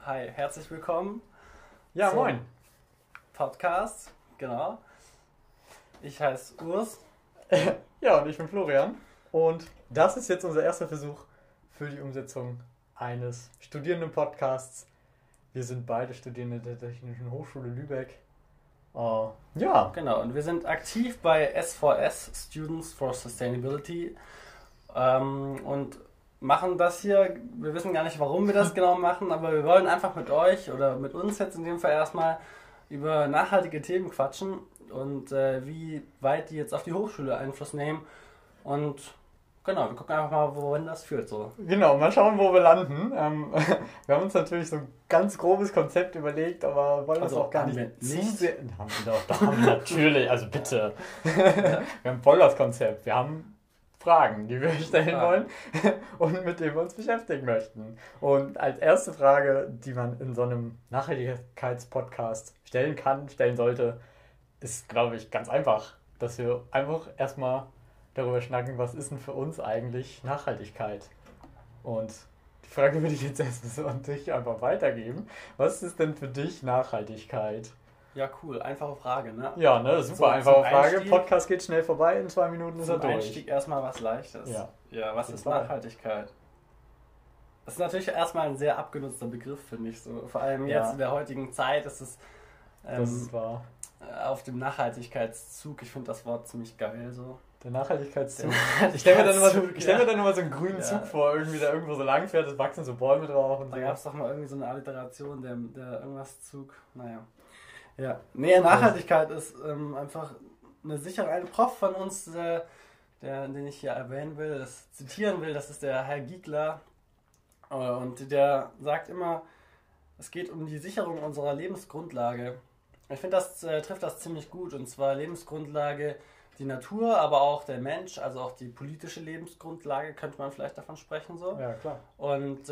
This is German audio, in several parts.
Hi, herzlich willkommen. Ja, moin. Podcast, genau. Ich heiße Urs. Ja, und ich bin Florian. Und das ist jetzt unser erster Versuch für die Umsetzung eines Studierenden-Podcasts. Wir sind beide Studierende der Technischen Hochschule Lübeck. Ja. Genau, und wir sind aktiv bei S4S, Students for Sustainability. Und machen das hier. Wir wissen gar nicht, warum wir das genau machen, aber wir wollen einfach mit euch oder mit uns jetzt in dem Fall erstmal über nachhaltige Themen quatschen und wie weit die jetzt auf die Hochschule Einfluss nehmen. Und genau, wir gucken einfach mal, wohin das führt. So. Genau, mal schauen, wo wir landen. Wir haben uns natürlich so ein ganz grobes Konzept überlegt, aber wollen Also, das auch gar haben nicht wir zu nicht? sehr... Haben wir doch, da haben wir natürlich, also bitte. Wir haben voll das Konzept. Wir haben Fragen, die wir stellen wollen und mit denen wir uns beschäftigen möchten. Und als erste Frage, die man in so einem Nachhaltigkeitspodcast stellen sollte, ist, glaube ich, ganz einfach, dass wir einfach erstmal darüber schnacken, was ist denn für uns eigentlich Nachhaltigkeit? Und die Frage würde ich jetzt erstmal so an dich einfach weitergeben. Was ist denn für dich Nachhaltigkeit? Ja, cool. Einfache Frage, ne? Ja, ne, super So, einfache zum Frage. Einstieg- Podcast geht schnell vorbei, in 2 Minuten ist er Zum durch. Einstieg erstmal was Leichtes. Ja. Was jeden ist Fall. Nachhaltigkeit? Das ist natürlich erstmal ein sehr abgenutzter Begriff, finde ich. So. Vor allem Ja. jetzt in der heutigen Zeit ist es Das ist wahr. auf dem Nachhaltigkeitszug. Ich finde das Wort ziemlich geil so. Der Nachhaltigkeitszug. Der Ich stelle mir dann Nachhaltigkeitszug, immer so einen grünen Ja. Zug vor, irgendwie der irgendwo so lang fährt, es wachsen so Bäume drauf und Da so. gab es doch mal irgendwie so eine Alliteration, der irgendwas Zug. Naja. Ja. Nee, Nachhaltigkeit ist einfach eine sichere. Ein Prof von uns, den ich hier erwähnen will, zitieren will, das ist der Herr Giegler. Und der sagt immer, es geht um die Sicherung unserer Lebensgrundlage. Ich finde, das trifft das ziemlich gut. Und zwar Lebensgrundlage die Natur, aber auch der Mensch, also auch die politische Lebensgrundlage, könnte man vielleicht davon sprechen so. Ja, klar. Und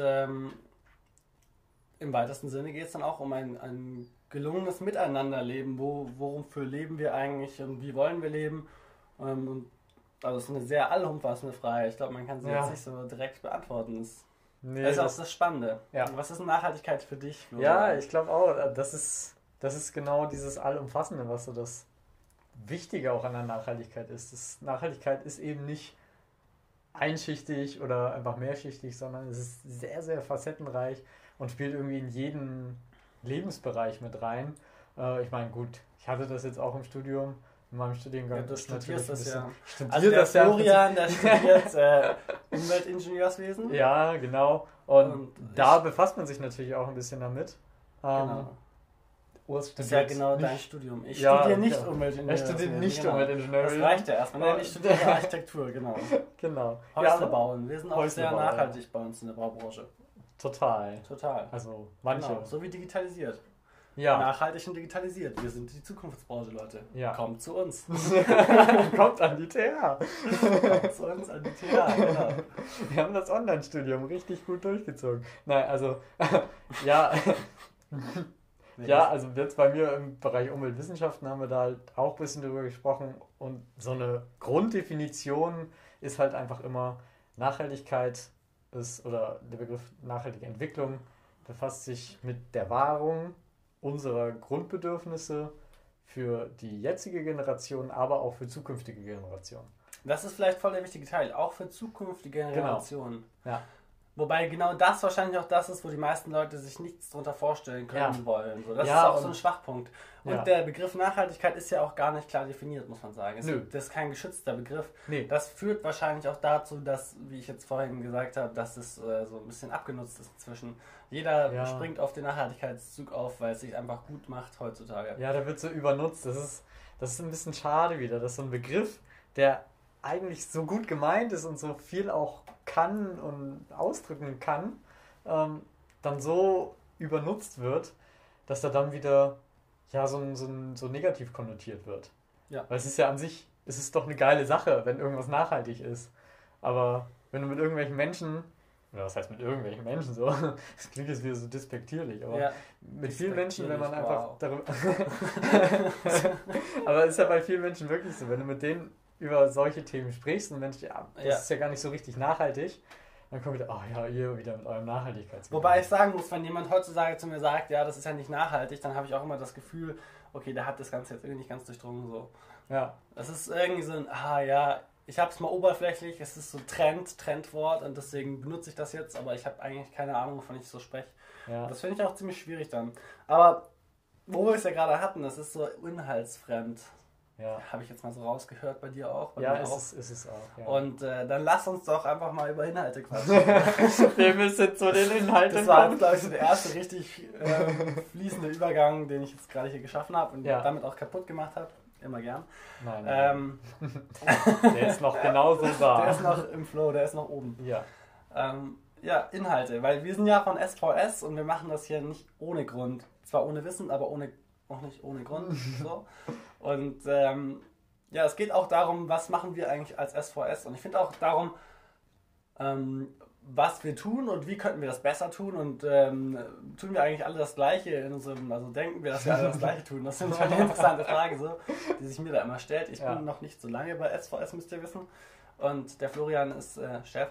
im weitesten Sinne geht es dann auch um ein gelungenes Miteinanderleben. Wofür leben wir eigentlich und wie wollen wir leben? Und also es ist eine sehr allumfassende Frage. Ich glaube, man kann sie Ja. jetzt nicht so direkt beantworten. Nee, Das ist auch das Spannende. Ja. Was ist Nachhaltigkeit für dich? ja, ich glaube auch, das ist genau dieses Allumfassende, was so das Wichtige auch an der Nachhaltigkeit ist. Nachhaltigkeit ist eben nicht einschichtig oder einfach mehrschichtig, sondern es ist sehr, sehr facettenreich und spielt irgendwie in jeden Lebensbereich mit rein. Ich meine, gut, ich hatte das jetzt auch im Studium, in meinem Studiengang. Ja, du ist natürlich studierst das ja. Ich studiere Also der das ja. im Florian, der studiert Umweltingenieurswesen. Ja, genau. Und Und da ich- befasst man sich natürlich auch ein bisschen damit. Genau. Urs Das ist ja studiert genau dein nicht. Studium. Ich Ja, studiere nicht ja. Umweltingenieurswesen. Er studiert nicht genau. Umweltingenieurwesen. Das reicht ja erstmal. Nein, ich studiere Architektur, genau. Genau. Häusle aber bauen. Wir sind auch Häusle sehr bauen, nachhaltig bei uns in der Baubranche. total. Total. Also manche. Genau. So wie digitalisiert. Ja. Nachhaltig und digitalisiert. Wir sind die Zukunftsbranche, Leute. Ja. Kommt zu uns. Kommt an die TH. Kommt zu uns an die TH, genau. Wir haben das Online-Studium richtig gut durchgezogen. Nein, also ja. Nee, Ja, also jetzt bei mir im Bereich Umweltwissenschaften haben wir da halt auch ein bisschen drüber gesprochen und so eine Grunddefinition ist halt einfach immer Nachhaltigkeit oder der Begriff nachhaltige Entwicklung befasst sich mit der Wahrung unserer Grundbedürfnisse für die jetzige Generation, aber auch für zukünftige Generationen. Das ist vielleicht voll der wichtige Teil, auch für zukünftige Generationen. Ja. Wobei genau das wahrscheinlich auch das ist, wo die meisten Leute sich nichts darunter vorstellen können Ja. wollen. So, das Ja, ist auch so und- ein Schwachpunkt. Und Ja. der Begriff Nachhaltigkeit ist ja auch gar nicht klar definiert, muss man sagen. Nö. Das ist kein geschützter Begriff. Nee, Das führt wahrscheinlich auch dazu, dass, wie ich jetzt vorhin gesagt habe, dass es so ein bisschen abgenutzt ist inzwischen. Jeder Ja. springt auf den Nachhaltigkeitszug auf, weil es sich einfach gut macht heutzutage. ja, der wird so übernutzt. Das ist ein bisschen schade wieder, dass so ein Begriff, der eigentlich so gut gemeint ist und so viel auch kann und ausdrücken kann, dann so übernutzt wird, dass er dann wieder ja, so negativ konnotiert wird. Ja. Weil es ist ja an sich, es ist doch eine geile Sache, wenn irgendwas nachhaltig ist. Aber wenn du mit irgendwelchen Menschen, oder was heißt mit irgendwelchen Menschen so, das klingt jetzt wieder so despektierlich, aber Ja. mit vielen Menschen, wenn man einfach Wow. darüber... Aber es ist ja bei vielen Menschen wirklich so, wenn du mit denen über solche Themen sprichst und Mensch, ja, das Ja. ist ja gar nicht so richtig nachhaltig, Dann kommt wieder, ihr wieder mit eurem Nachhaltigkeitsprogramm. Wobei ich sagen muss, wenn jemand heutzutage zu mir sagt, ja, das ist ja nicht nachhaltig, dann habe ich auch immer das Gefühl, okay, der hat das Ganze jetzt irgendwie nicht ganz durchdrungen. So. Ja. Das ist irgendwie so ein, ich habe es mal oberflächlich, es ist so Trendwort und deswegen benutze ich das jetzt, aber ich habe eigentlich keine Ahnung, wovon ich so spreche. Ja. Das finde ich auch ziemlich schwierig dann. Aber wo wir es ja gerade hatten, das ist so inhaltsfremd. Ja. Habe ich jetzt mal so rausgehört bei dir auch. Ja, ist es auch. Ja. Und dann lass uns doch einfach mal über Inhalte quatschen. Wir müssen zu den Inhalten Das war jetzt, glaube ich, so der erste richtig fließende Übergang, den ich jetzt gerade hier geschaffen habe und damit auch kaputt gemacht habe. Immer gern. Nein. Der ist noch genauso da. Der ist noch im Flow, der ist noch oben. Ja. Inhalte, weil wir sind ja von SVS und wir machen das hier nicht ohne Grund. Zwar ohne Wissen, aber auch nicht ohne Grund. So. Und es geht auch darum, was machen wir eigentlich als SVS. Und ich finde auch darum, was wir tun und wie könnten wir das besser tun. Und tun wir eigentlich alle das Gleiche in unserem, also denken wir, dass wir alle das Gleiche tun. Das ist eine interessante Frage, so, die sich mir da immer stellt. Ich bin noch nicht so lange bei SVS, müsst ihr wissen. Und der Florian ist Chef.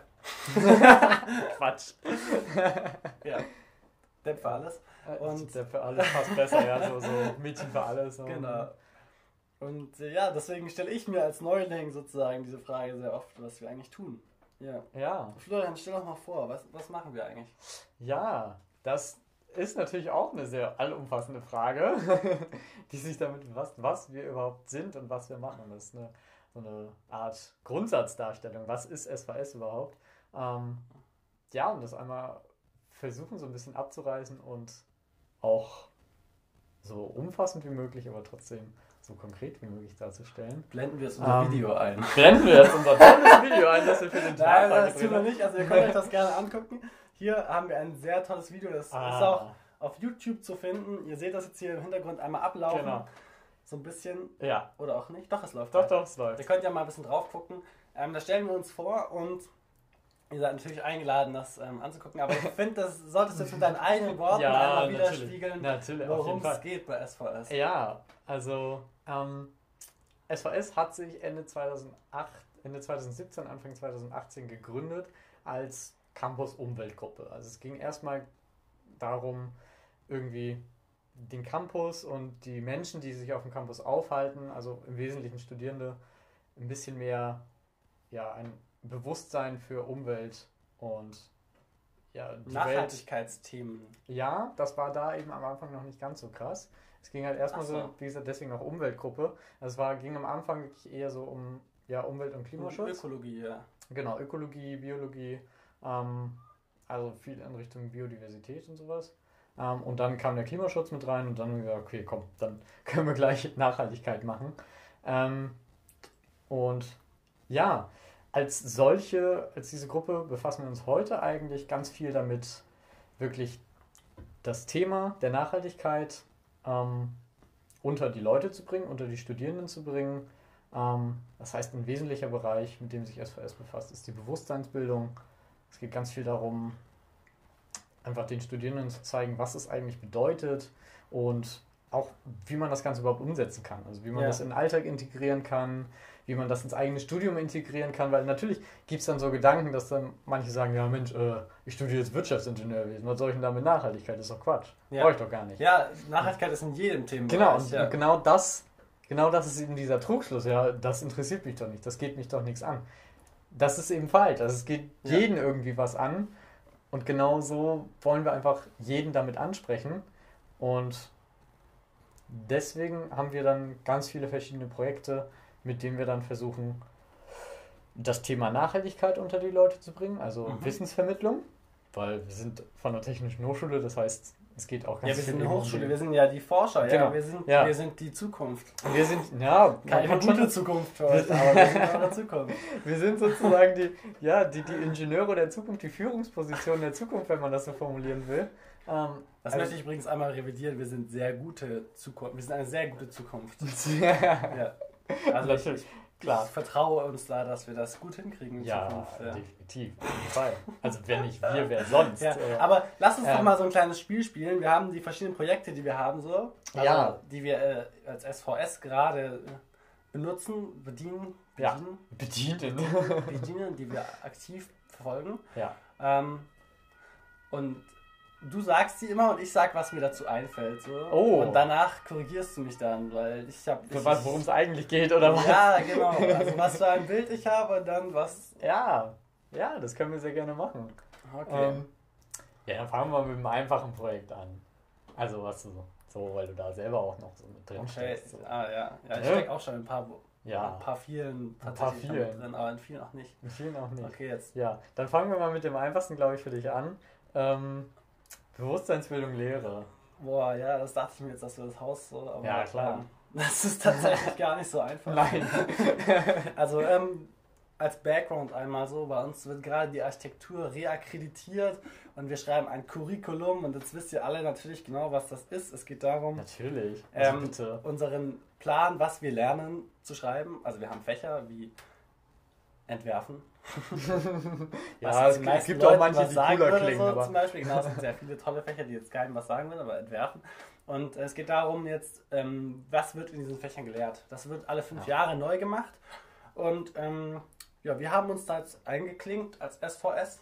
Quatsch. Ja, Depp für alles. Und Depp für alles passt besser, ja, so Mädchen für alles. So. Genau. Und deswegen stelle ich mir als Neuling sozusagen diese Frage sehr oft, was wir eigentlich tun. Ja. Florian, stell doch mal vor, was machen wir eigentlich? Ja, das ist natürlich auch eine sehr allumfassende Frage, die sich damit befasst, was wir überhaupt sind und was wir machen. Das ist so eine Art Grundsatzdarstellung. Was ist SVS überhaupt? Und das einmal versuchen so ein bisschen abzureißen und auch so umfassend wie möglich, aber trotzdem so konkret wie möglich darzustellen. Blenden wir jetzt unser Video ein. Blenden wir jetzt unser tolles Video ein, das wir für den Tag Nein, das tun wir nicht. Also ihr könnt euch das gerne angucken. Hier haben wir ein sehr tolles Video. Das ist auch auf YouTube zu finden. Ihr seht das jetzt hier im Hintergrund einmal ablaufen. Genau. So ein bisschen. Ja. Oder auch nicht. Doch, es läuft. Doch, es läuft. Ihr könnt ja mal ein bisschen drauf gucken. Da stellen wir uns vor und ihr seid natürlich eingeladen, das anzugucken. Aber ich finde, das solltest du jetzt mit deinen eigenen Worten einmal widerspiegeln, worum es geht bei SVS. Ja, also SVS hat sich Ende 2017, Anfang 2018 gegründet als Campus-Umweltgruppe. Also es ging erstmal darum, irgendwie den Campus und die Menschen, die sich auf dem Campus aufhalten, also im Wesentlichen Studierende, ein bisschen mehr ein Bewusstsein für Umwelt und die Nachhaltigkeitsthemen. Ja, das war da eben am Anfang noch nicht ganz so krass. Es ging halt erstmal so, wie gesagt, deswegen auch Umweltgruppe. Ging am Anfang wirklich eher so um Umwelt- und Klimaschutz. Und Ökologie, ja. Genau, Ökologie, Biologie, also viel in Richtung Biodiversität und sowas. Und dann kam der Klimaschutz mit rein und dann haben wir gesagt, okay, komm, dann können wir gleich Nachhaltigkeit machen. Als diese Gruppe befassen wir uns heute eigentlich ganz viel damit, wirklich das Thema der Nachhaltigkeit unter die Leute zu bringen, unter die Studierenden zu bringen. Das heißt, ein wesentlicher Bereich, mit dem sich SVS befasst, ist die Bewusstseinsbildung. Es geht ganz viel darum, einfach den Studierenden zu zeigen, was es eigentlich bedeutet und auch, wie man das Ganze überhaupt umsetzen kann. Also wie man das in den Alltag integrieren kann, wie man das ins eigene Studium integrieren kann, weil natürlich gibt es dann so Gedanken, dass dann manche sagen, ja Mensch, ich studiere jetzt Wirtschaftsingenieurwesen, was soll ich denn da mit Nachhaltigkeit? Das ist doch Quatsch. Brauche ich doch gar nicht. Ja, Nachhaltigkeit ist in jedem Themenbereich. Genau, und genau das ist eben dieser Trugschluss, das interessiert mich doch nicht, das geht mich doch nichts an. Das ist eben falsch, also es geht jeden irgendwie was an und genau so wollen wir einfach jeden damit ansprechen und deswegen haben wir dann ganz viele verschiedene Projekte, mit denen wir dann versuchen, das Thema Nachhaltigkeit unter die Leute zu bringen, also Wissensvermittlung, weil wir sind von der Technischen Hochschule, das heißt, es geht auch ganz viel. Ja, wir sind eine Hochschule, wir sind ja die Forscher, genau. Wir sind die Zukunft. Wir sind, keine gute Zukunft für euch, aber wir sind eure Zukunft. Wir sind sozusagen die Ingenieure der Zukunft, die Führungsposition der Zukunft, wenn man das so formulieren will. Das möchte ich übrigens einmal revidieren, wir sind sehr gute Zukunft, wir sind eine sehr gute Zukunft. Also natürlich. Klar. Ich vertraue uns da, dass wir das gut hinkriegen in Zukunft. Ja, definitiv. Auf jeden Fall. Also wenn nicht wir, wer sonst? Aber lass uns doch mal so ein kleines Spiel spielen. Wir haben die verschiedenen Projekte, die wir haben, die wir als SVS gerade bedienen, die wir aktiv folgen. Ja. Und du sagst sie immer und ich sag, was mir dazu einfällt. So. Oh. Und danach korrigierst du mich dann, weil ich habe... Worum es eigentlich geht, oder was? Ja, genau. Also was für ein Bild ich habe und dann was... Ja, das können wir sehr gerne machen. Okay. Ja, dann fangen wir mit einem einfachen Projekt an. Also was du so, weil du da selber auch noch so mit drin steckst. So. Ja, ich stecke auch schon in ein paar vielen drin, aber in vielen auch nicht. In vielen auch nicht. Okay, jetzt. Ja, dann fangen wir mal mit dem einfachsten, glaube ich, für dich an. Bewusstseinsbildung Lehre. Boah, ja, das dachte ich mir jetzt, dass wir das Haus so... Aber, ja, klar. Das ist tatsächlich gar nicht so einfach. Nein. Also, als Background einmal so, bei uns wird gerade die Architektur reakkreditiert und wir schreiben ein Curriculum und jetzt wisst ihr alle natürlich genau, was das ist. Es geht darum, natürlich. Also bitte. Unseren Plan, was wir lernen, zu schreiben. Also wir haben Fächer wie Entwerfen. Ja, es gibt Leuten auch manche, die cooler klingen. So, aber zum Beispiel, genau, es sind sehr viele tolle Fächer, die jetzt keinem was sagen würden, aber Entwerfen. Und es geht darum jetzt, was wird in diesen Fächern gelehrt. Das wird alle 5 Jahre neu gemacht und wir haben uns da jetzt eingeklinkt als SVS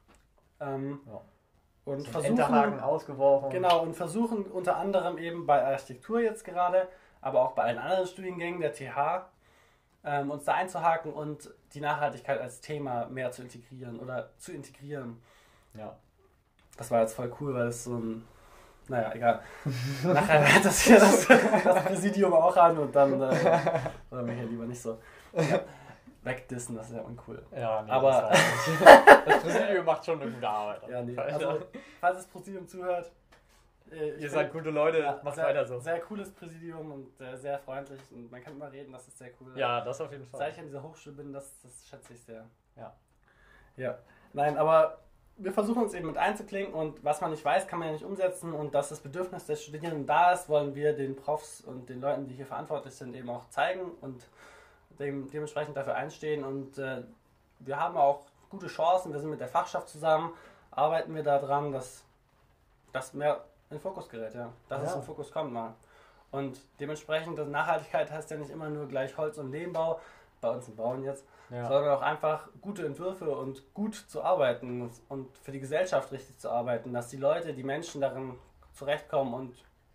und versuchen ausgeworfen. Genau, und versuchen unter anderem eben bei Architektur jetzt gerade, aber auch bei allen anderen Studiengängen der TH uns da einzuhaken und die Nachhaltigkeit als Thema mehr zu integrieren. Ja. Das war jetzt voll cool, weil es so ein... Naja, egal. Nachher hört das hier das Präsidium auch an und dann oder mich ja lieber nicht so wegdissen, das ist ja uncool. Ja, nee, aber das Präsidium macht schon eine gute Arbeit. Ja, nee. Also, falls das Präsidium zuhört, ihr seid gute Leute, macht weiter so. Sehr cooles Präsidium und sehr freundlich und man kann immer reden, das ist sehr cool. Ja, das auf jeden Fall. Seit ich an dieser Hochschule bin, das schätze ich sehr. Ja. Nein, aber wir versuchen uns eben mit einzuklinken und was man nicht weiß, kann man ja nicht umsetzen und dass das Bedürfnis der Studierenden da ist, wollen wir den Profs und den Leuten, die hier verantwortlich sind, eben auch zeigen und dementsprechend dafür einstehen und wir haben auch gute Chancen, wir sind mit der Fachschaft zusammen, arbeiten wir daran, dass das mehr in den Fokus gerät, dass es in den Fokus kommt mal. Und dementsprechend, das Nachhaltigkeit heißt ja nicht immer nur gleich Holz- und Lehmbau, bei uns im Bauen jetzt, sondern auch einfach gute Entwürfe und gut zu arbeiten und für die Gesellschaft richtig zu arbeiten, dass die Leute, die Menschen darin zurechtkommen und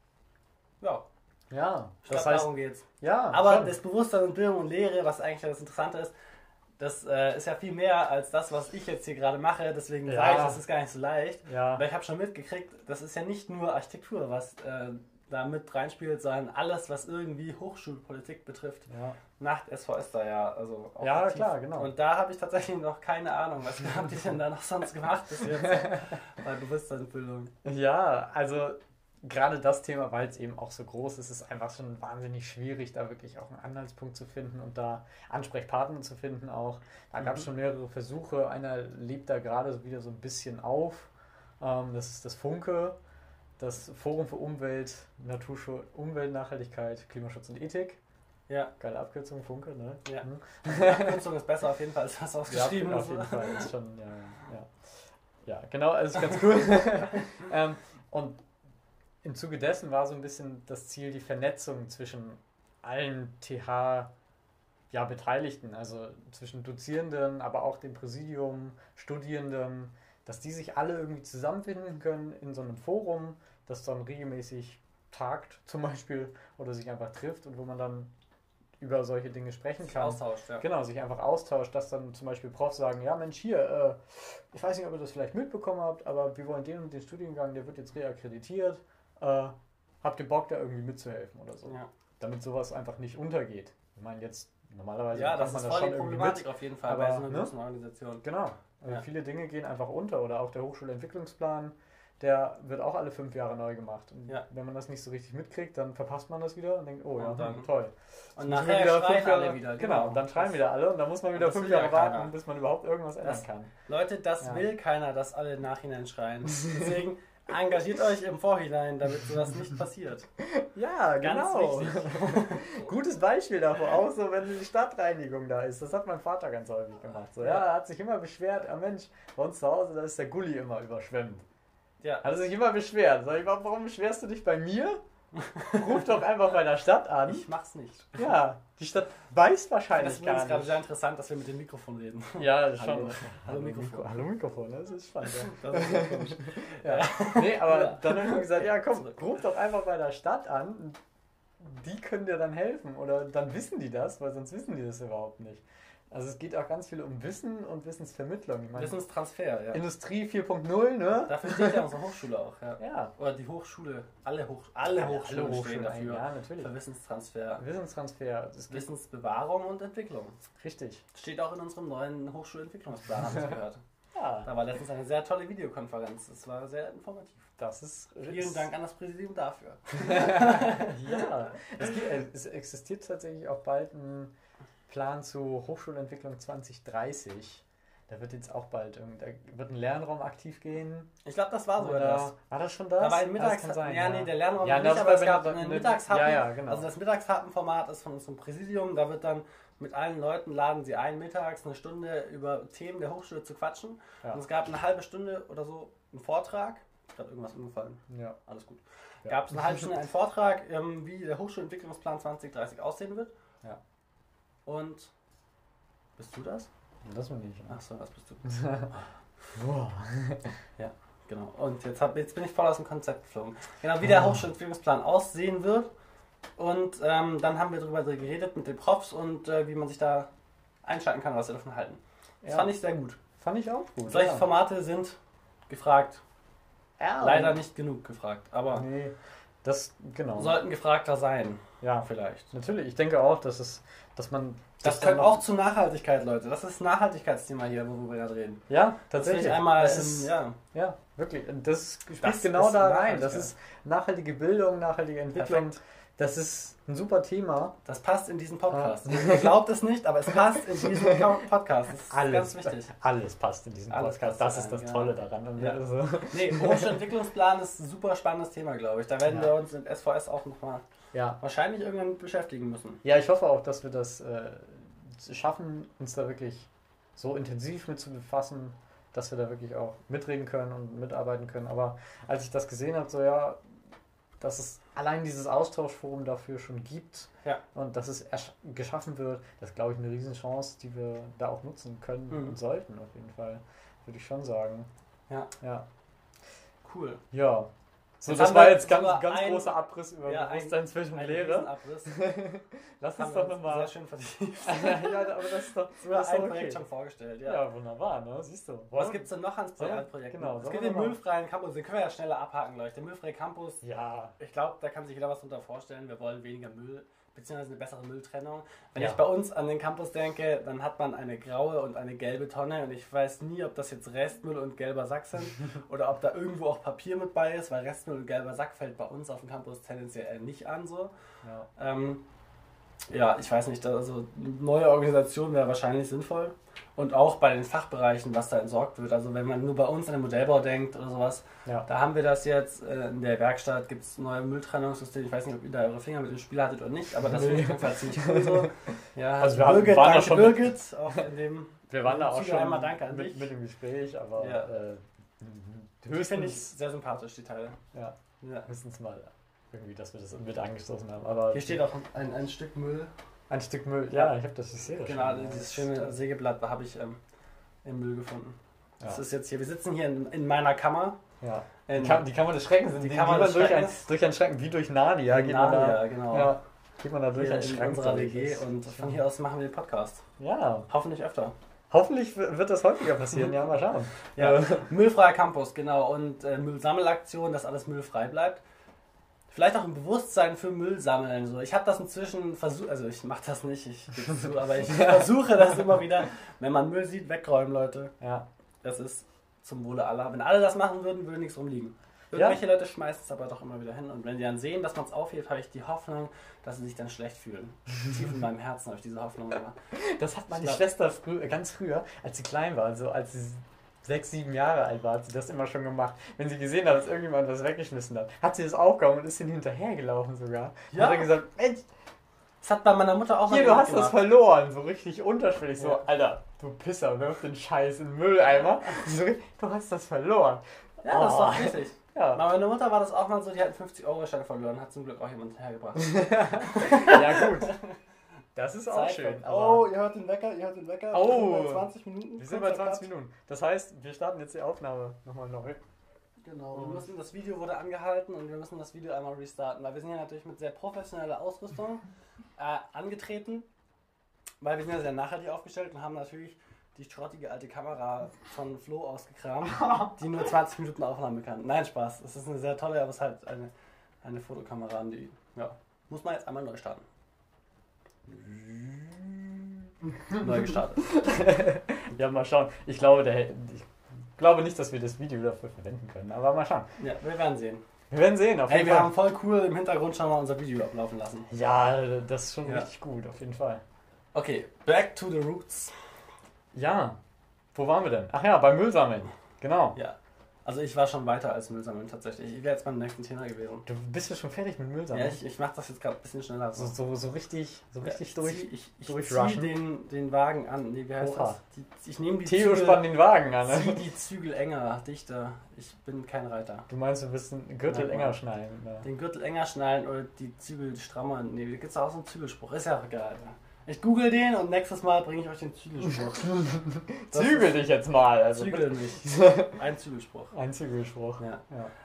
das heißt, darum geht's. Ja, aber das Bewusstsein und Bildung und Lehre, was eigentlich das Interessante ist, das ist ja viel mehr als das, was ich jetzt hier gerade mache, deswegen sage ich, das ist gar nicht so leicht. Ja. Aber ich habe schon mitgekriegt, das ist ja nicht nur Architektur, was da mit reinspielt, sondern alles, was irgendwie Hochschulpolitik betrifft, macht SVS da also auch aktiv. Klar, genau. Und da habe ich tatsächlich noch keine Ahnung, was habt ihr denn da noch sonst gemacht bis jetzt bei Bewusstseinsbildung? Ja, also gerade das Thema, weil es eben auch so groß ist, ist einfach schon wahnsinnig schwierig, da wirklich auch einen Anhaltspunkt zu finden und da Ansprechpartner zu finden auch. Da gab es schon mehrere Versuche. Einer lebt da gerade wieder so ein bisschen auf. Das ist das Funke, das Forum für Umwelt, Naturschutz, Umwelt, Nachhaltigkeit, Klimaschutz und Ethik. Ja. Geile Abkürzung, Funke, ne? Ja. Die Abkürzung ist besser auf jeden Fall, als was ausgeschrieben ist. Auf jeden Fall, ist schon, ja, genau, also ist ganz cool. Und im Zuge dessen war so ein bisschen das Ziel, die Vernetzung zwischen allen TH-Beteiligten, also zwischen Dozierenden, aber auch dem Präsidium, Studierenden, dass die sich alle irgendwie zusammenfinden können in so einem Forum, das dann regelmäßig tagt zum Beispiel oder sich einfach trifft und wo man dann über solche Dinge sprechen kann. Austauscht, Genau, sich einfach austauscht, dass dann zum Beispiel Profs sagen, ja Mensch, hier, ich weiß nicht, ob ihr das vielleicht mitbekommen habt, aber wir wollen den und den Studiengang, der wird jetzt reakkreditiert. Habt ihr Bock, da irgendwie mitzuhelfen oder so? Ja. Damit sowas einfach nicht untergeht. Ich meine, jetzt normalerweise das ist voll die Problematik auf jeden Fall aber, bei so einer großen Organisation. Genau. Also viele Dinge gehen einfach unter oder auch der Hochschulentwicklungsplan, der wird auch alle 5 Jahre neu gemacht. Und wenn man das nicht so richtig mitkriegt, dann verpasst man das wieder und denkt, oh und dann, toll. Und nachher schreien alle wieder. Genau, und dann schreien wieder alle und dann muss man wieder 5 Jahre warten, bis man überhaupt irgendwas ändern kann. Leute, das will keiner, dass alle im Nachhinein schreien. Deswegen engagiert euch im Vorhinein, damit sowas nicht passiert. Ja, ganz genau. wichtig. Gutes Beispiel davor, auch so, wenn die Stadtreinigung da ist. Das hat mein Vater ganz häufig gemacht. So, er hat sich immer beschwert, Mensch, bei uns zu Hause, da ist der Gully immer überschwemmt. Ja. Hat er sich immer beschwert. Sag ich, warum beschwerst du dich bei mir? Ruf doch einfach bei der Stadt an. Ich mach's nicht. Ja, die Stadt weiß Das wahrscheinlich ist gar übrigens gerade nicht. sehr interessant, dass wir mit dem Mikrofon reden. Ja, das ist Hallo. schon. Hallo Mikrofon. Hallo Mikrofon, das ist spannend. Ja. Das ist sehr komisch. Ja. Nee, aber Ja. dann haben wir gesagt, ja komm, ruf doch einfach bei der Stadt an. Die können dir dann helfen oder dann wissen die das, weil sonst wissen die das überhaupt nicht. Also es geht auch ganz viel um Wissen und Wissensvermittlung. Ich meine, Wissenstransfer, ja. Industrie 4.0, ne? Dafür steht ja unsere Hochschule auch, ja. Ja. Oder die Hochschule, alle Hochschulen stehen dafür. Ja, natürlich. Für Wissenstransfer, Wissenstransfer, das geht Wissensbewahrung und Entwicklung. richtig. Steht auch in unserem neuen Hochschulentwicklungsplan, haben wir gehört. Ja, Da war letztens eine sehr tolle Videokonferenz. Das war sehr informativ. das ist... Vielen Dank an das Präsidium dafür. Ja, es existiert tatsächlich auch bald ein Plan zu Hochschulentwicklung 2030. Da wird jetzt auch bald da wird ein Lernraum aktiv gehen. Ich glaube, das war sogar Oder das. war das schon das? Da war ein Das Mittags... kann sein, ja, nee, der Lernraum Ja, noch nicht, das aber war, es wenn gab da- einen eine- Mittagshappen. Ja, ja, genau. Also das Mittagshappen-Format ist von unserem Präsidium. Da wird dann mit allen Leuten, laden sie ein, mittags eine Stunde über Themen der Hochschule zu quatschen. Ja. Und es gab eine halbe Stunde oder so einen Vortrag. Gerade irgendwas umgefallen. Ja. Alles gut. Ja. Gab es eine halbe Stunde einen Vortrag, wie der Hochschulentwicklungsplan 2030 aussehen wird. Ja. Und bist du das? Das will ich. Achso, was bist du? Boah. Genau. Und jetzt bin ich voll aus dem Konzept geflogen. Genau, wie der Hochschulentwicklungsplan aussehen wird. Und dann haben wir darüber geredet mit den Profs und wie man sich da einschalten kann, was wir davon halten. Das Ja. fand ich sehr gut. Fand ich auch gut. Solche ja. Formate sind gefragt. Ja, Leider nicht genug gefragt, aber Nee, das, genau. sollten gefragter sein, Ja, vielleicht. natürlich. Ich denke auch, dass man... Das dann gehört auch zu Nachhaltigkeit, Leute. Das ist ein Nachhaltigkeitsthema hier, worüber wir gerade reden. Ja, Das will tatsächlich. ich einmal, Das ist, ja. Ja, wirklich. Und das spielt Das genau ist da rein. Das Nachhaltigkeit. ist nachhaltige Bildung, nachhaltige Entwicklung. Perfekt. Das ist ein super Thema. Das passt in diesen Podcast. Ihr glaubt es nicht, aber es passt in diesen Podcast. Das ist ganz wichtig. Alles passt in diesem Alles Podcast. passt Das ist rein, das genau. Tolle daran. Und Ja. also, Nee, Hochschulentwicklungsplan ist ein super spannendes Thema, glaube ich. Da werden Ja. wir uns in SVS auch nochmal ja. wahrscheinlich irgendwann mit beschäftigen müssen. Ja, ich hoffe auch, dass wir das schaffen, uns da wirklich so intensiv mit zu befassen, dass wir da wirklich auch mitreden können und mitarbeiten können. Aber als ich das gesehen habe, so ja, dass es allein dieses Austauschforum dafür schon gibt Ja. und dass es geschaffen wird, das ist, glaube ich, eine Riesenchance, die wir da auch nutzen können Mhm. und sollten auf jeden Fall, würde ich schon sagen. Ja. Ja. Cool. Ja. So, Jetzt das haben war wir jetzt ganz sogar ein- großer Abriss über Ja, Bewusstsein zwischen Ein Lehre. Riesenabriss. Lass Haben uns wir doch uns nochmal. sehr schön vertieft. Ja, aber das ist doch, Sogar das ist doch ein okay. Projekt schon vorgestellt, ja. Ja, wunderbar, ne? Siehst du. Was gibt es denn noch ans Sollen wir- Projekt? genau, Es sollen gibt wir den noch mal- müllfreien Campus, den können wir ja schneller abhaken, glaube ich. Der müllfreie Campus, Ja, ich glaube, da kann sich jeder was drunter vorstellen. Wir wollen weniger Müll, beziehungsweise eine bessere Mülltrennung. Wenn Ja. ich bei uns an den Campus denke, dann hat man eine graue und eine gelbe Tonne und ich weiß nie, ob das jetzt Restmüll und gelber Sack sind oder ob da irgendwo auch Papier mit bei ist, weil Restmüll und gelber Sack fällt bei uns auf dem Campus tendenziell eher nicht an so. ja. Ja, ich weiß nicht, also eine neue Organisation wäre wahrscheinlich sinnvoll. Und auch bei den Fachbereichen, was da entsorgt wird. Also wenn man nur bei uns an den Modellbau denkt oder sowas, Ja. da haben wir das jetzt. In der Werkstatt gibt es neue Mülltrennungssysteme. Ich weiß nicht, ob ihr da eure Finger mit dem Spiel hattet oder nicht, aber das finde ich auf jeden Fall ziemlich cool so. Ja, Also wir Birgit, waren da danke schon- Birgit, auch in dem Wir waren da auch Zuge schon einmal danke an dich. mit dem Gespräch, aber Ja. Die finde ich höchstens, sehr sympathisch, die Teile. ja, Ja. höchstens mal irgendwie, dass wir das mit angestoßen haben. Aber Hier steht auch ein Stück Müll. ein Stück Müll. Ja, ich habe das, ich sehe das Genau, schon. dieses schöne Sägeblatt, da habe ich im Müll gefunden. Das Ja. ist jetzt hier, wir sitzen hier in meiner Kammer. Ja. In Die Kammer des Schreckens sind Die die Kammer geht man des durch Schreckens. durch einen Schrecken, wie durch Narnia geht man Narnia, da. genau. Ja, geht man da durch Hier einen in Schrank. unserer durch. WG und von hier aus machen wir den Podcast. Ja, Hoffentlich öfter. hoffentlich wird das häufiger passieren. Ja, mal schauen. Ja, müllfreier Campus, genau. Und Müllsammelaktion, dass alles müllfrei bleibt. Vielleicht auch ein Bewusstsein für Müll sammeln. So. Ich habe das inzwischen versucht, also ich mache das nicht, ich gebe es zu, aber ich versuche das immer wieder. Wenn man Müll sieht, wegräumen, Leute. Ja. Das ist zum Wohle aller. Wenn alle das machen würden, würde nichts rumliegen. Irgendwelche Leute schmeißen es aber doch immer wieder hin. Und wenn die dann sehen, dass man es aufhebt, habe ich die Hoffnung, dass sie sich dann schlecht fühlen. Tief in meinem Herzen habe ich diese Hoffnung. Aber Das hat meine Ich glaub- Schwester ganz früher, als sie klein war, so als sie 6, 7 Jahre alt war, hat sie das immer schon gemacht. Wenn sie gesehen hat, dass irgendjemand was weggeschmissen hat sie das aufgehoben und ist ihnen hinterhergelaufen sogar. Und Ja. hat dann gesagt, Mensch, das hat bei meiner Mutter auch hier, du jemand hast das gemacht. verloren. So richtig unterschwellig. So, Ja. Alter, du Pisser, wirf den Scheiß in den Mülleimer. So, du hast das verloren. Ja, das ist Oh. doch richtig. Ja. Bei meiner Mutter war das auch mal so, die hat einen 50-Euro-Schein verloren, hat zum Glück auch jemand hergebracht. Ja, gut. Das ist auch schön. Oh, ihr hört den Wecker, Oh, wir sind bei 20 Minuten. Wir sind bei 20 Minuten. Das heißt, wir starten jetzt die Aufnahme nochmal neu. Genau, das Video wurde angehalten und wir müssen das Video einmal restarten, weil wir sind ja natürlich mit sehr professioneller Ausrüstung angetreten, weil wir sind ja sehr nachhaltig aufgestellt und haben natürlich die schrottige alte Kamera von Flo ausgekramt, die nur 20 Minuten Aufnahme kann. Nein, Spaß. Es ist eine sehr tolle, aber es ist halt eine Fotokamera, die muss man jetzt einmal neu starten. Neu gestartet. Ja, mal schauen. Ich glaube nicht, dass wir das Video dafür verwenden können, aber mal schauen. Ja, wir werden sehen. Wir werden sehen, auf jeden Wir Fall. haben voll cool im Hintergrund schon mal unser Video ablaufen lassen. Ja, das ist schon richtig gut, auf jeden Fall. Okay, back to the roots. Ja, wo waren wir denn? Ach ja, beim Müllsammeln. Genau. Ja, also ich war schon weiter als Müllsammeln tatsächlich. Ich wäre jetzt beim nächsten Thema gewesen. Du bist ja schon fertig mit Müllsammeln. Ja, ich mache das jetzt gerade ein bisschen schneller. So richtig Ich durchrushen. ziehe den Wagen an. Nee, wie heißt das? Ich nehme die Theo spannt den Wagen an. Zieh die Zügel enger, dichter. Ich bin kein Reiter. Du meinst, du willst den Gürtel enger schnallen? Ne? Den Gürtel enger schnallen oder die Zügel strammer. Nee, da gibt es auch so einen Zügelspruch. Ist ja auch egal. Ich google den und nächstes Mal bringe ich euch den Zügelspruch. Zügel dich jetzt mal. Also. Zügel mich. Ein Zügelspruch. Ein Zügelspruch. Ja.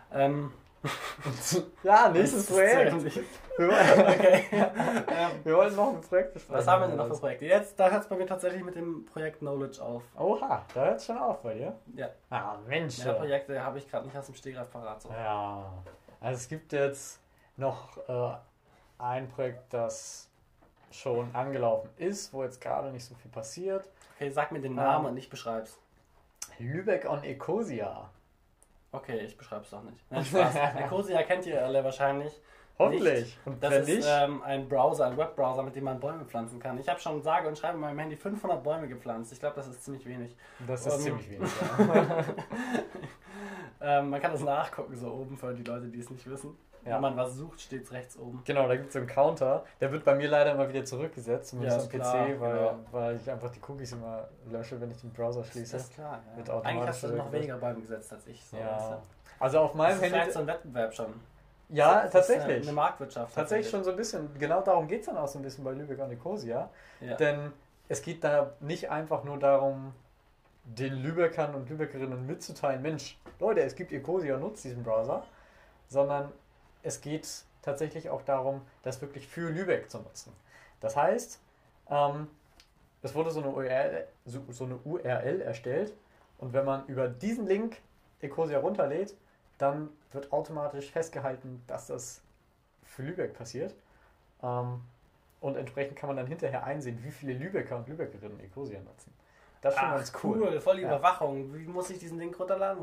Ja, nächstes Projekt. Okay. Wir wollten noch ein Projekt besprechen. Was haben wir denn noch für Projekte? Jetzt, da hört es bei mir tatsächlich mit dem Projekt Knowledge auf. Oha, da hört es schon auf bei dir? Ja. Ah, Mensch. Mehr Projekte habe ich gerade nicht aus dem Stegreif parat. So. Ja, also es gibt jetzt noch ein Projekt, das schon angelaufen ist, wo jetzt gerade nicht so viel passiert. Okay, sag mir den Namen und ich beschreib's. Lübeck on Ecosia. Okay, ich beschreib's doch nicht. Nein, Spaß. Ecosia kennt ihr alle wahrscheinlich. Hoffentlich. Nicht. Und das wenn ist nicht? Ein Browser, ein Webbrowser, mit dem man Bäume pflanzen kann. Ich habe schon sage und schreibe in meinem Handy 500 Bäume gepflanzt. Ich glaube, das ist ziemlich wenig. Das ist ziemlich wenig, ja. Man kann das nachgucken, so oben für die Leute, die es nicht wissen. Ja. Wenn man was sucht, steht es rechts oben. Genau, da gibt es so einen Counter. Der wird bei mir leider immer wieder zurückgesetzt, zumindest am PC, klar, weil ich einfach die Cookies immer lösche, wenn ich den Browser schließe. Das ist klar, ja. Wird eigentlich hast du noch weniger Bäume gesetzt als ich. So, ja. Weißt du? Also auf meinem das ist Handy... vielleicht so ein Wettbewerb schon. Ja, das tatsächlich. Ist eine Marktwirtschaft. Tatsächlich schon so ein bisschen. Genau darum geht es dann auch so ein bisschen bei Lübeck on Ecosia. Ja. Denn es geht da nicht einfach nur darum, den Lübeckern und Lübeckerinnen mitzuteilen, Mensch, Leute, es gibt Ecosia, nutzt diesen Browser, sondern es geht tatsächlich auch darum, das wirklich für Lübeck zu nutzen. Das heißt, es wurde so eine URL erstellt und wenn man über diesen Link Ecosia runterlädt, dann wird automatisch festgehalten, dass das für Lübeck passiert. Und entsprechend kann man dann hinterher einsehen, wie viele Lübecker und Lübeckerinnen Ecosia nutzen. Das ist schon ganz cool. Voll die Überwachung. Wie muss ich diesen Link runterladen?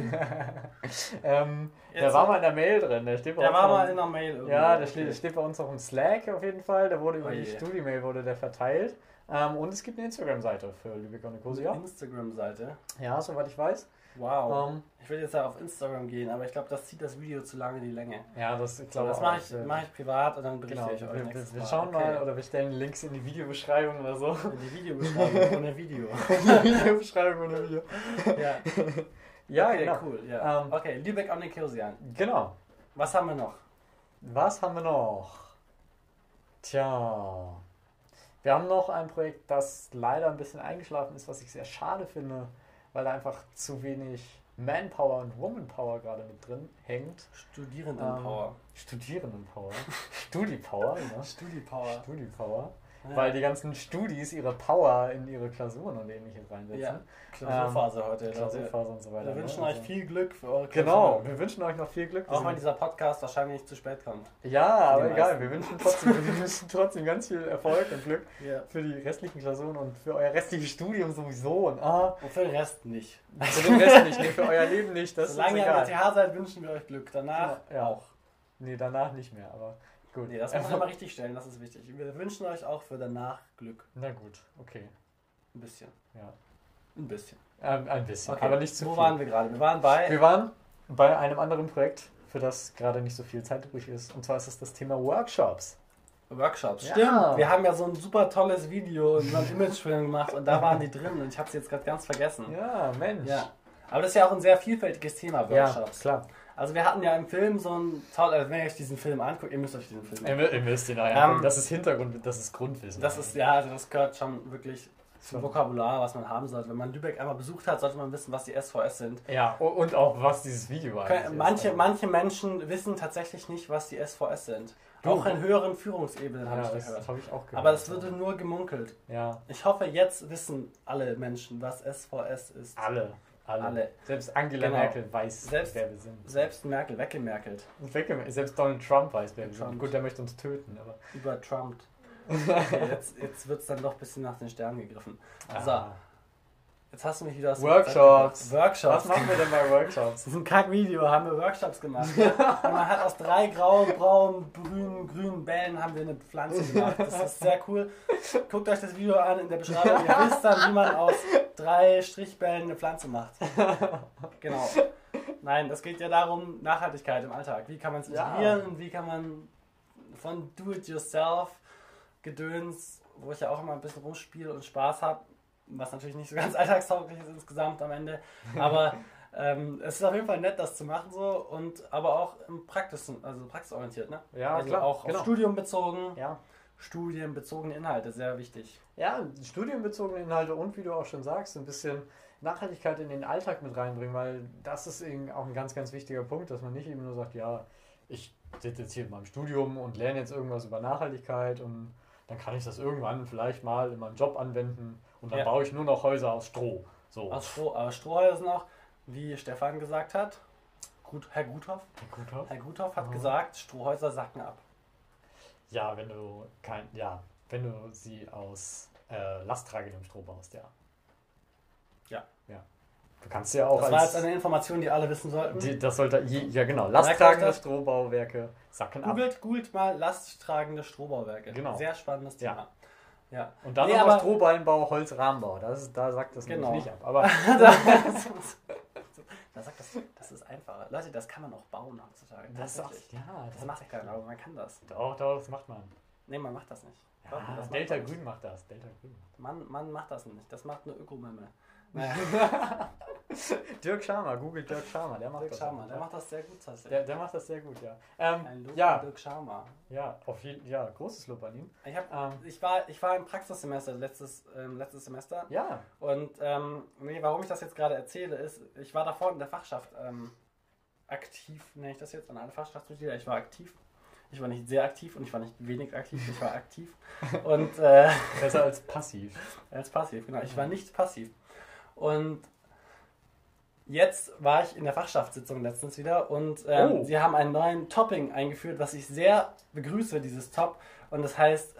Der war mal in der Mail drin. Der war mal in der Mail irgendwie. Ja, der steht bei uns auch im Slack auf jeden Fall. Der wurde über die Studi-Mail verteilt. Und es gibt eine Instagram-Seite für Lübeck on Ecosia. Eine Instagram-Seite? Ja, soweit ich weiß. Wow. Ich will jetzt ja auf Instagram gehen, aber ich glaube, das zieht das Video zu lange die Länge. Ja, das mache ich privat und dann berichte ich euch nächstes Mal. Wir schauen mal, oder wir stellen Links in die Videobeschreibung oder so. In die Videobeschreibung ohne Video. Die Videobeschreibung ohne Video. Ja. Ja, okay, genau. Cool. Ja. Okay, Lübeck on Ecosia. Genau. Was haben wir noch? Tja. Wir haben noch ein Projekt, das leider ein bisschen eingeschlafen ist, was ich sehr schade finde, weil da einfach zu wenig Manpower und Womanpower gerade mit drin hängt. Studierendenpower. Studipower, genau. Studipower. Ja. Weil die ganzen Studis ihre Power in ihre Klausuren und ähnliches reinsetzen. Ja, Klausurphase heute. Klausurphase und so weiter. Wir wünschen euch viel Glück für eure Klausuren. Genau, wir wünschen euch noch viel Glück. Auch wenn dieser Podcast wahrscheinlich zu spät kommt. Ja, aber egal, wir wünschen trotzdem ganz viel Erfolg und Glück für die restlichen Klausuren und für euer restliches Studium sowieso. Und für den Rest nicht. Für den Rest nicht, für euer Leben nicht. Solange ihr am TH seid, wünschen wir euch Glück. Danach auch. Nee, danach nicht mehr, aber... Gut. Nee, das muss man mal richtig stellen, das ist wichtig. Wir wünschen euch auch für danach Glück. Na gut, okay. Ein bisschen. Ja. Ein bisschen. Ein bisschen, okay. Aber nicht zu viel. Wo waren wir gerade? Wir waren bei einem anderen Projekt, für das gerade nicht so viel Zeit übrig ist. Und zwar ist es das Thema Workshops. Workshops, stimmt. Wir haben ja so ein super tolles Video und so ein Imagefilm gemacht und da waren die drin und ich habe es jetzt gerade ganz vergessen. Ja, Mensch. Ja. Aber das ist ja auch ein sehr vielfältiges Thema, Workshops. Ja, klar. Also wir hatten ja im Film so ein also wenn ihr euch diesen Film anguckt, ihr müsst euch diesen Film angucken. Ihr müsst ihn angucken. Das ist Hintergrund, das ist Grundwissen. Das ist, ja, also das gehört schon wirklich zum Vokabular, was man haben sollte. Wenn man Lübeck einmal besucht hat, sollte man wissen, was die SVS sind. Ja, und auch, was dieses Video eigentlich ist. Manche Menschen wissen tatsächlich nicht, was die SVS sind. Auch in höheren Führungsebenen habe ich gehört. Das habe ich auch gehört. Aber es wurde nur gemunkelt. Ja. Ich hoffe, jetzt wissen alle Menschen, was SVS ist. Alle. Selbst Angela Merkel weiß, wer wir sind. Selbst Merkel, weggemerkelt. Selbst Donald Trump weiß, wer wir sind. Gut, der möchte uns töten. Aber Übertrumpt. Okay, jetzt wird es dann doch ein bisschen nach den Sternen gegriffen. So, jetzt hast du mich wieder... Workshops. Was machen wir denn bei Workshops? Das ist ein Kack-Video, haben wir Workshops gemacht. Und man hat aus 3 grauen, braunen, grünen Bällen haben wir eine Pflanze gemacht. Das ist sehr cool. Guckt euch das Video an in der Beschreibung. Ihr wisst dann, wie man aus 3 Strichbällen eine Pflanze macht. Genau. Nein, das geht ja darum, Nachhaltigkeit im Alltag. Wie kann man es integrieren und wie kann man von Do-it-yourself Gedöns, wo ich ja auch immer ein bisschen rumspiele und Spaß habe, was natürlich nicht so ganz alltagstauglich ist insgesamt am Ende, aber es ist auf jeden Fall nett, das zu machen so, aber auch im praxisorientiert, ne? Ja, also klar, auch genau. Auf Studium bezogen, ja. Studienbezogene Inhalte, sehr wichtig. Ja, studienbezogene Inhalte und, wie du auch schon sagst, ein bisschen Nachhaltigkeit in den Alltag mit reinbringen, weil das ist eben auch ein ganz, ganz wichtiger Punkt, dass man nicht eben nur sagt, ja, ich sitze jetzt hier in meinem Studium und lerne jetzt irgendwas über Nachhaltigkeit und dann kann ich das irgendwann vielleicht mal in meinem Job anwenden und dann baue ich nur noch Häuser aus Stroh. So. Aus Stroh, aber Strohhäuser sind auch, wie Stefan gesagt hat, Herr Guthoff hat gesagt, Strohhäuser sacken ab. Ja, wenn du sie aus lasttragendem Stroh baust, ja. Du kannst ja auch das war jetzt eine Information, die alle wissen sollten. Das sollte, genau, lasttragende Strohbauwerke sacken ab. Googelt mal lasttragende Strohbauwerke. Genau. Sehr spannendes Thema. Ja. Und dann aber Strohballenbau, Holzrahmenbau. Da sagt das nicht ab. Aber das ist einfacher. Leute, das kann man auch bauen heutzutage. Das macht keiner, aber man kann das. Doch, das macht man. Nee, man macht das nicht. Ja, Delta Grün macht das. Man macht das nicht. Das macht eine Ökomemme. Naja. Dirk Schamer, Google Dirk Schamer, der macht das sehr gut. Der macht das sehr gut, ja. Ein Lob an Dirk Schamer. Ja, auf jeden Fall, großes Lob an ihn. Ich war im Praxissemester, letztes Semester. Ja. Und warum ich das jetzt gerade erzähle, ist, ich war davor in der Fachschaft aktiv, nenne ich das jetzt, an alle Fachschaftsmitglieder. Ich war aktiv. Ich war nicht sehr aktiv und ich war nicht wenig aktiv, ich war aktiv. Und, besser als passiv. Als passiv, genau. Ich war nicht passiv. Und jetzt war ich in der Fachschaftssitzung letztens wieder und sie haben einen neuen Topping eingeführt, was ich sehr begrüße, dieses Top. Und das heißt,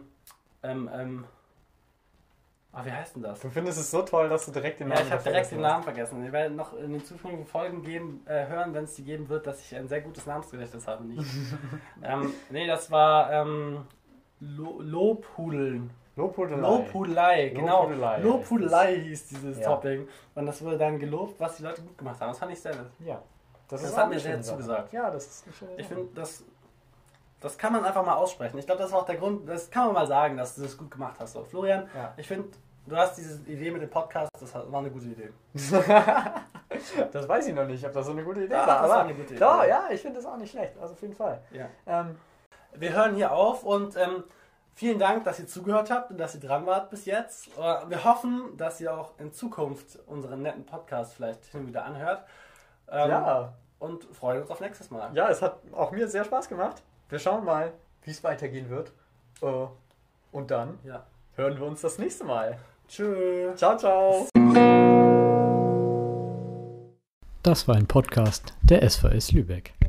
wie heißt denn das? Du findest es so toll, dass du direkt den Namen vergessen hast. Ja, ich habe direkt den Namen vergessen. Ich werde noch in den zukünftigen Folgen hören, wenn es die geben wird, dass ich ein sehr gutes Namensgedächtnis habe. Nicht. Das war Lobhudeln. Lobhudelei, genau. Lobhudelei hieß dieses Topping. Und das wurde dann gelobt, was die Leute gut gemacht haben. Das fand ich sehr nett. Ja. Das hat mir sehr zugesagt. Ja, das ist eine schöne Sache. Ich finde, das kann man einfach mal aussprechen. Ich glaube, das ist auch der Grund, das kann man mal sagen, dass du das gut gemacht hast. So, Florian, ich finde, du hast diese Idee mit dem Podcast, das war eine gute Idee. Das weiß ich noch nicht, ob das so eine gute Idee war. Aber das war eine gute Idee. Doch, ja, ich finde das auch nicht schlecht. Also auf jeden Fall. Ja. Wir hören hier auf und vielen Dank, dass ihr zugehört habt und dass ihr dran wart bis jetzt. Wir hoffen, dass ihr auch in Zukunft unseren netten Podcast vielleicht hin und wieder anhört. Und freuen uns auf nächstes Mal. Ja, es hat auch mir sehr Spaß gemacht. Wir schauen mal, wie es weitergehen wird. Und dann hören wir uns das nächste Mal. Tschüss. Ciao, ciao. Das war ein Podcast der SVS Lübeck.